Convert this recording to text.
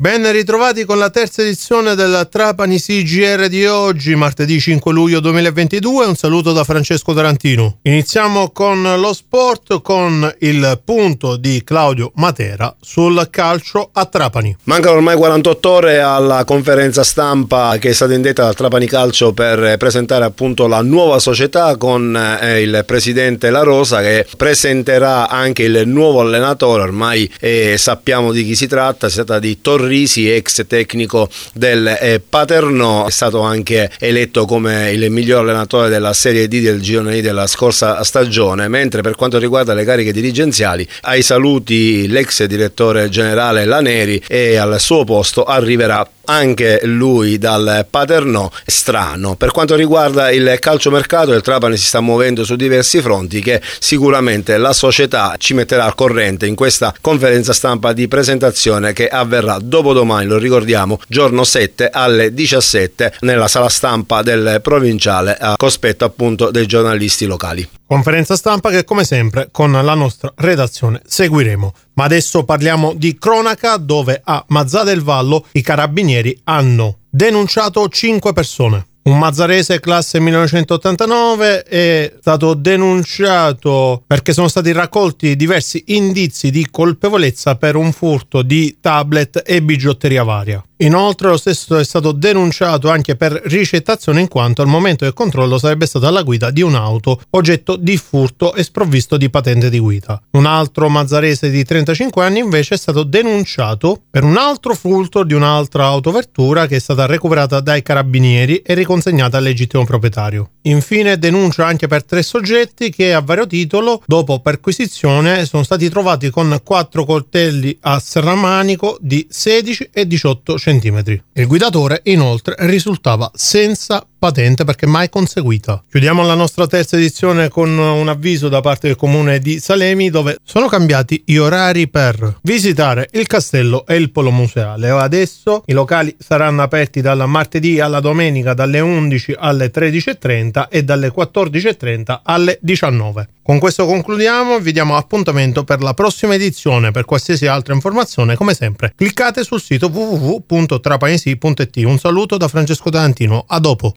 Ben ritrovati con la terza edizione della Trapani CGR di oggi, martedì 5 luglio 2022. Un saluto da Francesco Tarantino. Iniziamo con lo sport con il punto di Claudio Matera sul calcio a Trapani. Mancano ormai 48 ore alla conferenza stampa che è stata indetta dal Trapani Calcio per presentare appunto la nuova società con il presidente La Rosa, che presenterà anche il nuovo allenatore. Ormai sappiamo di chi si tratta di Torrisi, ex tecnico del Paternò, è stato anche eletto come il miglior allenatore della Serie D del girone della scorsa stagione. Mentre per quanto riguarda le cariche dirigenziali, ai saluti l'ex direttore generale Laneri, e al suo posto arriverà anche lui dal Paternò, Strano. Per quanto riguarda il calciomercato, il Trapani si sta muovendo su diversi fronti che sicuramente la società ci metterà al corrente in questa conferenza stampa di presentazione che avverrà dopodomani, lo ricordiamo, giorno 7 alle 17 nella sala stampa del Provinciale, a cospetto appunto dei giornalisti locali. Conferenza stampa che come sempre con la nostra redazione seguiremo. Ma adesso parliamo di cronaca, dove a Mazzà del Vallo i carabinieri hanno denunciato 5 persone. Un mazzarese classe 1989 è stato denunciato perché sono stati raccolti diversi indizi di colpevolezza per un furto di tablet e bigiotteria varia. Inoltre lo stesso è stato denunciato anche per ricettazione, in quanto al momento del controllo sarebbe stato alla guida di un'auto oggetto di furto e sprovvisto di patente di guida. Un altro mazzarese di 35 anni invece è stato denunciato per un altro furto di un'altra autovettura che è stata recuperata dai carabinieri e riconsegnata al legittimo proprietario. Infine denuncia anche per 3 soggetti che a vario titolo, dopo perquisizione, sono stati trovati con 4 coltelli a serramanico di 16 e 18 centimetri. Il guidatore inoltre risultava senza patente perché mai conseguita. Chiudiamo la nostra terza edizione con un avviso da parte del comune di Salemi, dove sono cambiati gli orari per visitare il castello e il polo museale. Adesso i locali saranno aperti dal martedì alla domenica dalle 11 alle 13:30 e dalle 14:30 alle 19. Con questo concludiamo, vi diamo appuntamento per la prossima edizione. Per qualsiasi altra informazione, come sempre, cliccate sul sito www.trapanisi.it. Un saluto da Francesco Tarantino, a dopo.